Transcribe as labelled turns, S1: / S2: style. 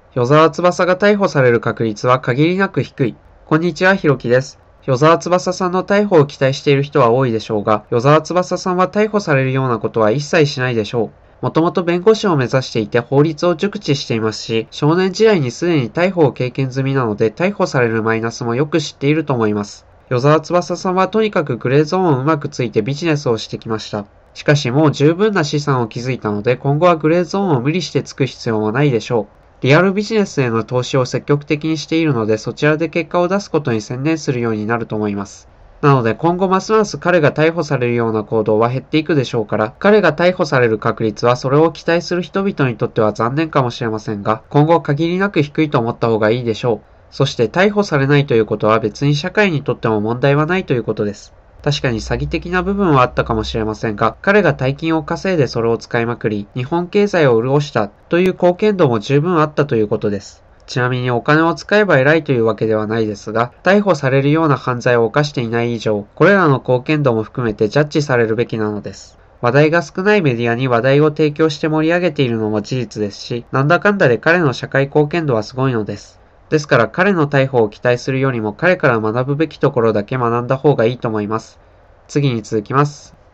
S1: 与沢翼が逮捕される確率は限りなく低い。こんにちは、ひろきです。与沢翼さんの逮捕を期待している人は多いでしょうが、与沢翼さんは逮捕されるようなことは一切しないでしょう。もともと弁護士を目指していて法律を熟知していますし、少年時代にすでに逮捕を経験済みなので逮捕されるマイナスもよく知っていると思います。与沢翼さんはとにかくグレーゾーンをうまくついてビジネスをしてきました。しかしもう十分な資産を築いたので今後はグレーゾーンを無理してつく必要もないでしょう。リアルビジネスへの投資を積極的にしているのでそちらで結果を出すことに専念するようになると思います。なので今後ますます彼が逮捕されるような行動は減っていくでしょうから、彼が逮捕される確率はそれを期待する人々にとっては残念かもしれませんが、今後限りなく低いと思った方がいいでしょう。そして逮捕されないということは別に社会にとっても問題はないということです。確かに詐欺的な部分はあったかもしれませんが、彼が大金を稼いでそれを使いまくり、日本経済を潤したという貢献度も十分あったということです。ちなみにお金を使えば偉いというわけではないですが、逮捕されるような犯罪を犯していない以上、これらの貢献度も含めてジャッジされるべきなのです。話題が少ないメディアに話題を提供して盛り上げているのも事実ですし、なんだかんだで彼の社会貢献度はすごいのです。ですから彼の逮捕を期待するよりも彼から学ぶべきところだけ学んだ方がいいと思います。次に続きます。